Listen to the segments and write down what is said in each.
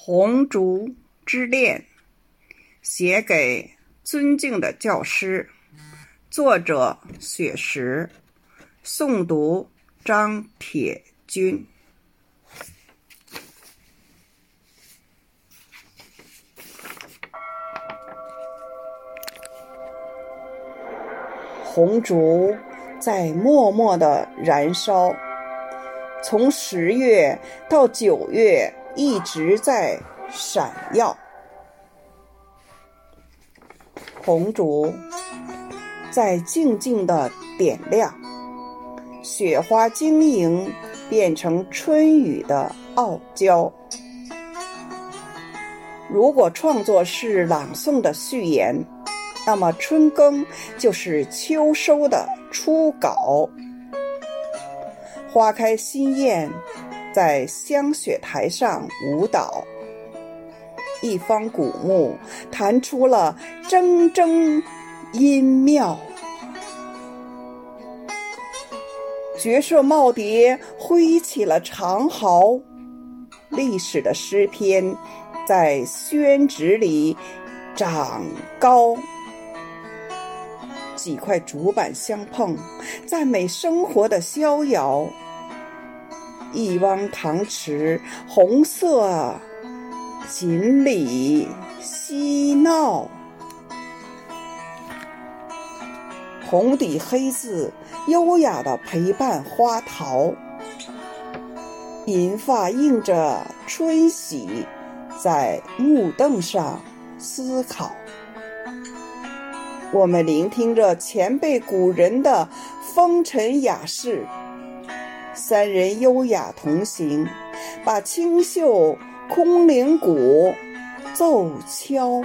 红烛之恋，写给尊敬的教师，作者雪石，诵读张铁军。红烛在默默地燃烧，从10月到9月一直在闪耀。红烛在静静地点亮，雪花晶莹变成春雨的傲娇。如果创作是朗诵的序言，那么春耕就是秋收的初稿。花开新艳在香雪台上舞蹈，一方古木弹出了铮铮音妙。绝色耄耋挥起了长毫，历史的诗篇在宣纸里长高。几块竹板相碰，赞美生活的逍遥。一汪塘池红色锦鲤嬉闹，红底黑字优雅地陪伴花桃，银发映着春喜，在木凳上思考。我们聆听着前辈古人的风尘雅事，三人优雅同行，把清秀空灵鼓奏敲。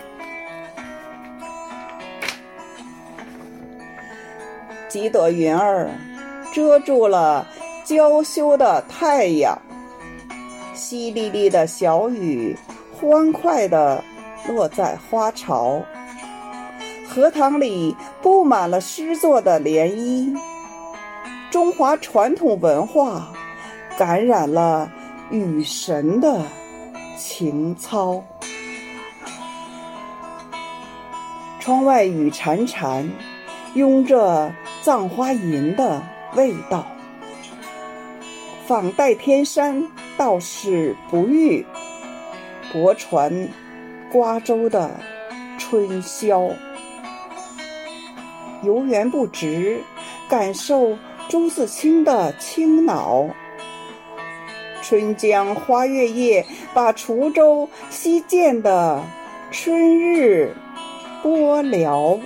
几朵云儿遮住了娇羞的太阳，淅沥沥的小雨欢快地落在花潮。荷塘里布满了诗作的涟漪，中华传统文化感染了雨神的情操。窗外雨潺潺，拥着葬花吟的味道。访代天山道士不遇，泊船瓜洲的春宵。游园不值，感受朱自清的清脑。春江花月夜，把滁州西涧的春日播聊。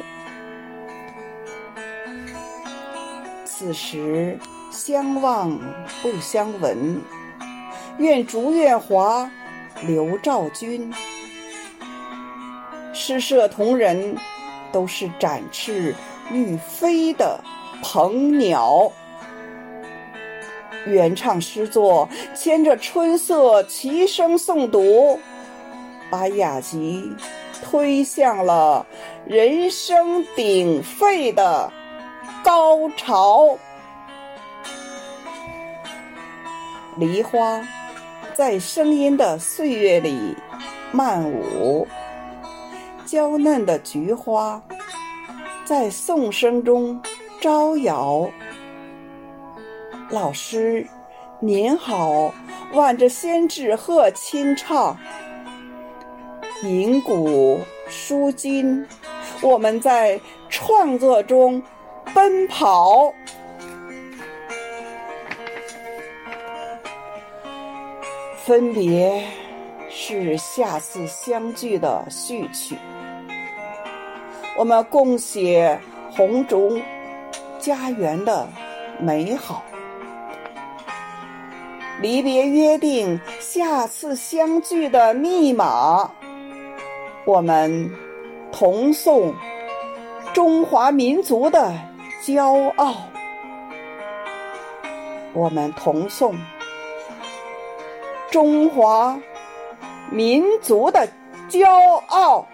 此时相望不相闻，愿逐月华流照君。诗社同仁都是展翅欲飞的鹏鸟，原唱诗作牵着春色齐声诵读，把雅集推向了人声鼎沸的高潮。梨花在声音的岁月里漫舞，娇嫩的菊花在颂声中招摇。老师您好，挽着仙纸鹤轻唱，吟古书今，我们在创作中奔跑。分别是下次相聚的序曲，我们共写红烛家园的美好。离别约定下次相聚的密码，我们同颂中华民族的骄傲。我们同颂中华民族的骄傲。